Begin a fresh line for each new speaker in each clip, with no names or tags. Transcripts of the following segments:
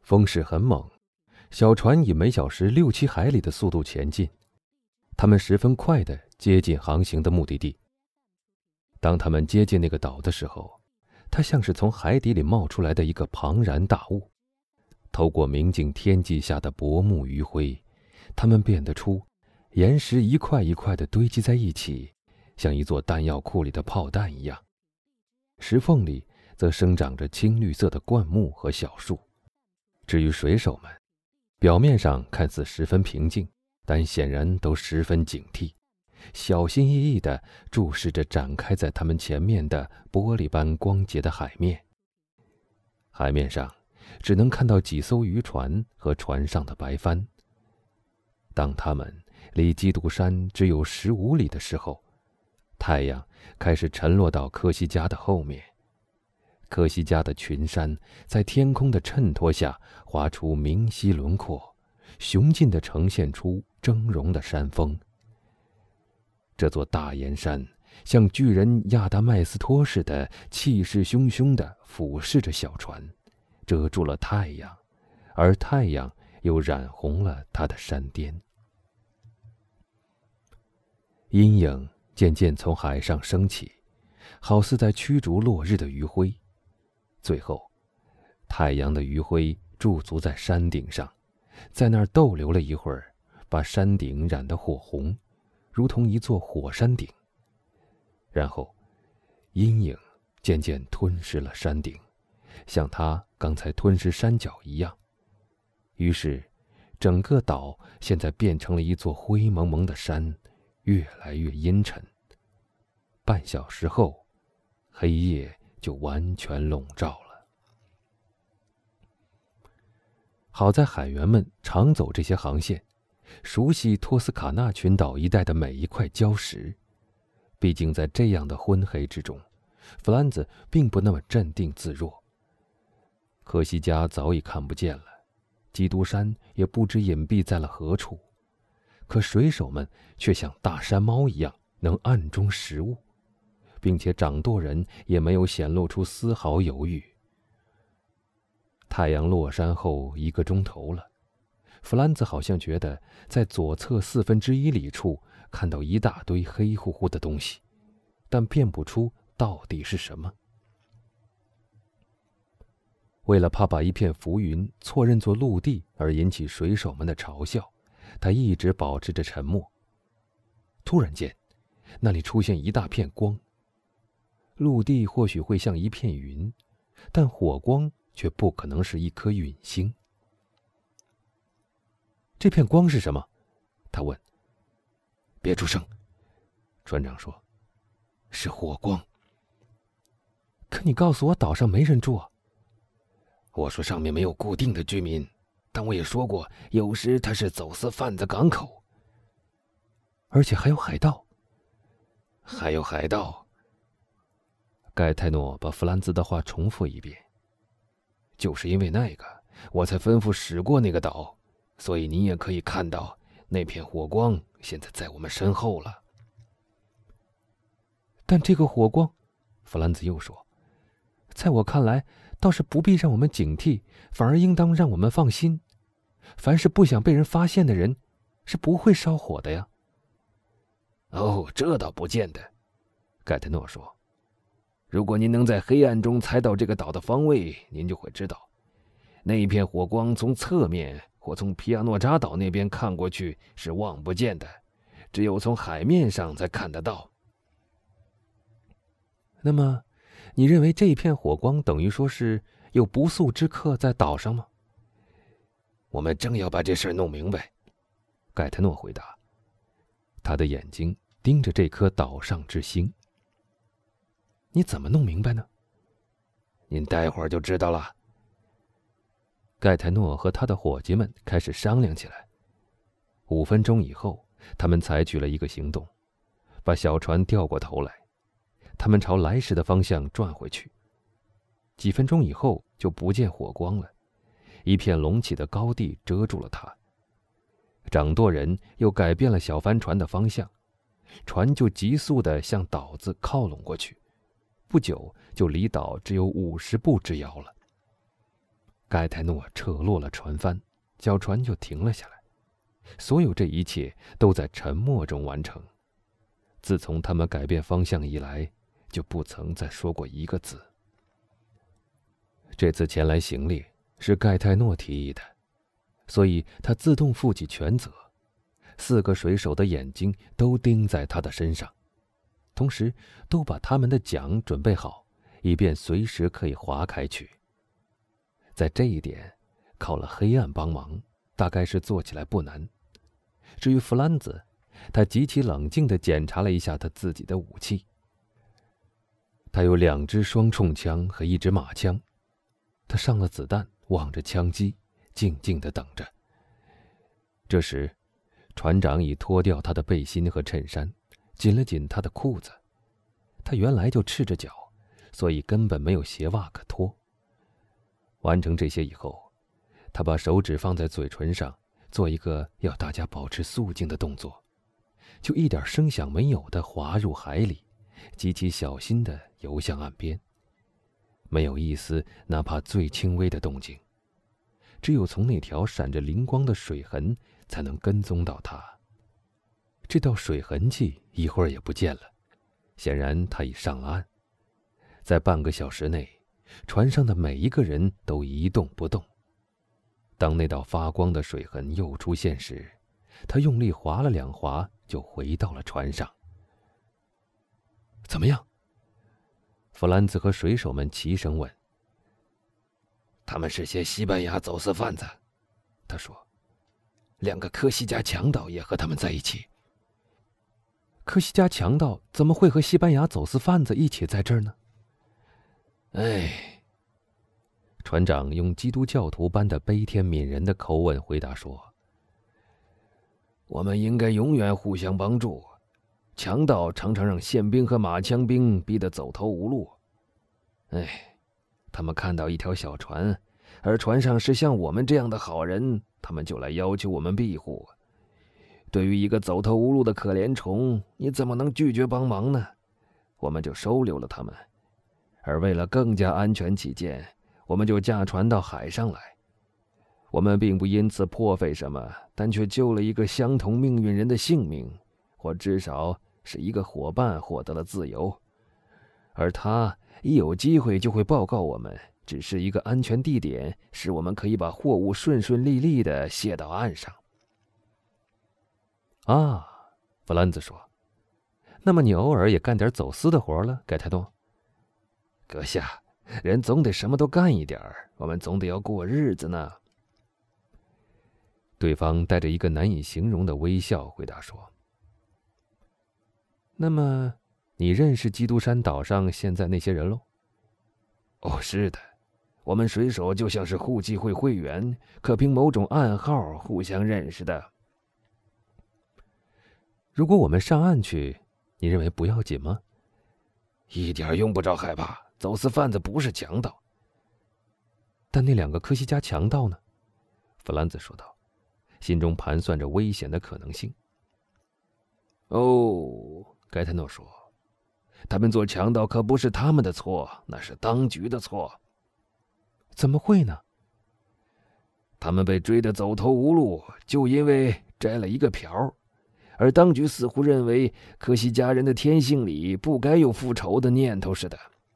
风势很猛，小船以每小时6-7海里的速度前进，他们十分快地接近航行的目的地。当他们接近那个岛的时候，它像是从海底里冒出来的一个庞然大物，透过明净天际下的薄暮余晖，它们变得出岩石一块一块地堆积在一起，像一座弹药库里的炮弹一样。石缝里则生长着青绿色的灌木和小树。至于水手们，表面上看似十分平静，但显然都十分警惕，小心翼翼地注视着展开在他们前面的玻璃般光洁的海面。海面上只能看到几艘渔船和船上的白帆。当他们离基督山只有15里的时候，太阳开始沉落到科西嘉的后面。科西嘉的群山在天空的衬托下画出明晰轮廓，雄劲地呈现出峥嵘的山峰。这座大岩山像巨人亚达麦斯托似的气势汹汹地俯视着小船，遮住了太阳，而太阳又染红了它的山巅。阴影渐渐从海上升起，好似在驱逐落日的余晖。最后，太阳的余晖驻足在山顶上，在那儿逗留了一会儿，把山顶染得火红，如同一座火山顶。然后，阴影渐渐吞噬了山顶，像它刚才吞噬山脚一样。于是，整个岛现在变成了一座灰蒙蒙的山，越来越阴沉。半小时后，黑夜就完全笼罩了。好在海员们常走这些航线，熟悉托斯卡纳群岛一带的每一块礁石。毕竟在这样的昏黑之中，弗兰兹并不那么镇定自若。科西嘉早已看不见了，基督山也不知隐蔽在了何处，可水手们却像大山猫一样能暗中识物，并且掌舵人也没有显露出丝毫犹豫。太阳落山后1个钟头了，弗兰兹好像觉得在左侧1/4里处看到一大堆黑乎乎的东西，但辨不出到底是什么。为了怕把一片浮云错认作陆地而引起水手们的嘲笑，他一直保持着沉默。突然间，那里出现一大片光。陆地或许会像一片云，但火光却不可能是一颗陨星。这片光是什么？他问。别出声，船长说。是火光。可你告诉我岛上没人住啊。我说上面没有固定的居民，但我也说过，有时他是走私贩子港口。而且还有海盗。还有海盗。盖泰诺把弗兰兹的话重复一遍。就是因为那个，我才吩咐驶过那个岛，所以你也可以看到那片火光现在在我们身后了。但这个火光，弗兰兹又说，在我看来倒是不必让我们警惕，反而应当让我们放心。凡是不想被人发现的人，是不会烧火的呀。哦，这倒不见得，盖特诺说。如果您能在黑暗中猜到这个岛的方位，您就会知道，那一片火光从侧面或从皮亚诺扎岛那边看过去是望不见的，只有从海面上才看得到。那么，你认为这一片火光等于说是有不速之客在岛上吗？我们正要把这事儿弄明白，盖特诺回答。他的眼睛盯着这颗岛上之星。你怎么弄明白呢？您待会儿就知道了。盖泰诺和他的伙计们开始商量起来。5分钟以后，他们采取了一个行动，把小船调过头来，他们朝来时的方向转回去。几分钟以后就不见火光了，一片隆起的高地遮住了它。掌舵人又改变了小帆船的方向，船就急速地向岛子靠拢过去，不久就离岛只有50步之遥了。 盖泰诺扯落了船帆，小船就停了下来。所有这一切都在沉默中完成。自从他们改变方向以来，就不曾再说过一个字。这次前来行猎是盖泰诺提议的，所以他自动负起全责。4个水手的眼睛都盯在他的身上，同时都把他们的桨准备好，以便随时可以划开去。在这一点，靠了黑暗帮忙，大概是做起来不难。至于弗兰兹，他极其冷静地检查了一下他自己的武器。他有2支双冲枪和1支马枪。他上了子弹，望着枪机，静静地等着。这时，船长已脱掉他的背心和衬衫，紧了紧他的裤子。他原来就赤着脚，所以根本没有鞋袜可脱。完成这些以后，他把手指放在嘴唇上，做一个要大家保持肃静的动作，就一点声响没有地滑入海里，极其小心地游向岸边。没有一丝哪怕最轻微的动静，只有从那条闪着灵光的水痕才能跟踪到他。这道水痕迹一会儿也不见了，显然他已上了岸。在半个小时内，船上的每一个人都一动不动。当那道发光的水痕又出现时，他用力划了2划，就回到了船上。怎么样？弗兰兹和水手们齐声问。
他们是些西班牙走私贩子，他说，2个科西嘉强盗也和他们在一起。
科西嘉强盗怎么会和西班牙走私贩子一起在这儿呢？ 船长用基督教徒般的悲天悯人的口吻回答说：
我们应该永远互相帮助。强盗常常让宪兵和马枪兵逼得走投无路。他们看到一条小船，而船上是像我们这样的好人，他们就来要求我们庇护。对于一个走投无路的可怜虫，你怎么能拒绝帮忙呢？我们就收留了他们，而为了更加安全起见，我们就驾船到海上来。我们并不因此破费什么，但却救了一个相同命运人的性命，或至少使一个伙伴获得了自由。而他一有机会就会报告我们，只是一个安全地点，使我们可以把货物顺顺利利地卸到岸上。
啊，弗兰兹说，那么你偶尔也干点走私的活了，盖泰诺？
阁下，人总得什么都干一点，我们总得要过日子呢。
对方带着一个难以形容的微笑回答说：那么你认识基督山岛上现在那些人喽？
是的，我们水手就像是互济会会员，可凭某种暗号互相认识的。
如果我们上岸去，你认为不要紧吗？
一点用不着害怕，走私贩子不是强盗。
但那2个科西嘉强盗呢？弗兰兹说道，心中盘算着危险的可能性。
盖泰诺说，他们做强盗可不是他们的错，那是当局的错。
怎么会呢？
他们被追得走投无路，就因为摘了一个瓢，而当局似乎认为科西嘉人的天性里不该有复仇的念头似的。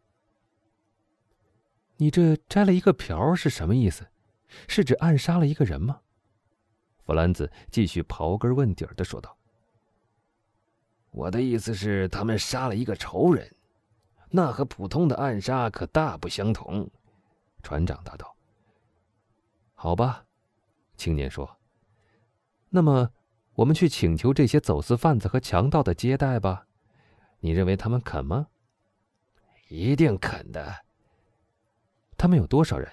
你这摘了一个瓢是什么意思？是指暗杀了一个人吗？弗兰兹继续刨根问底地说道。
我的意思是，他们杀了一个仇人，那和普通的暗杀可大不相同。
船长答道。好吧，青年说，那么我们去请求这些走私贩子和强盗的接待吧。你认为他们肯吗？
一定肯的。
他们有多少人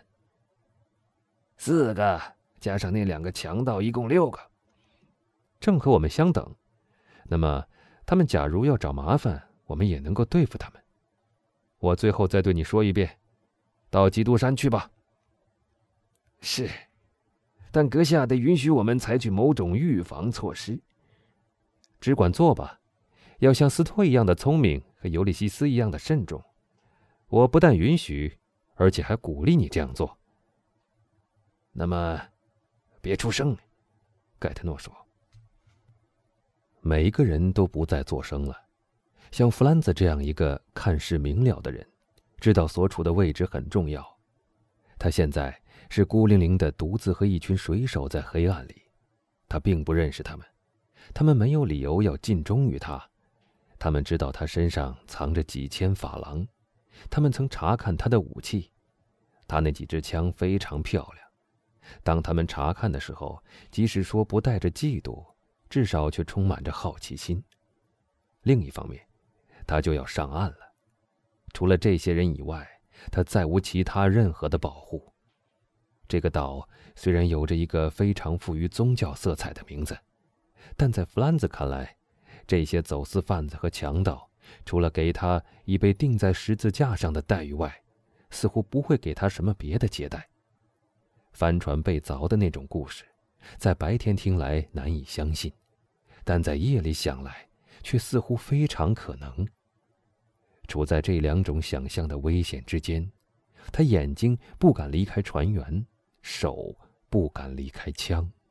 ？4个，加上那2个强盗，一共6个。
正和我们相等。那么他们假如要找麻烦，我们也能够对付他们。我最后再对你说一遍，到基督山去吧。
是，但阁下得允许我们采取某种预防措施。
只管做吧，要像斯托一样的聪明和尤利西斯一样的慎重。我不但允许，而且还鼓励你这样做。
那么，别出声。”盖特诺说。
每一个人都不再作声了。像弗兰兹这样一个看事明了的人，知道所处的位置很重要。他现在是孤零零地独自和一群水手在黑暗里，他并不认识他们，他们没有理由要尽忠于他。他们知道他身上藏着几千法郎，他们曾查看他的武器，他那几支枪非常漂亮。当他们查看的时候，即使说不带着嫉妒，至少却充满着好奇心。另一方面，他就要上岸了。除了这些人以外，他再无其他任何的保护。这个岛虽然有着一个非常富于宗教色彩的名字，但在弗兰兹看来，这些走私贩子和强盗除了给他已被钉在十字架上的待遇外，似乎不会给他什么别的接待。帆船被凿的那种故事，在白天听来难以相信，但在夜里想来却似乎非常可能。处在这两种想象的危险之间，他眼睛不敢离开船员，手不敢离开枪。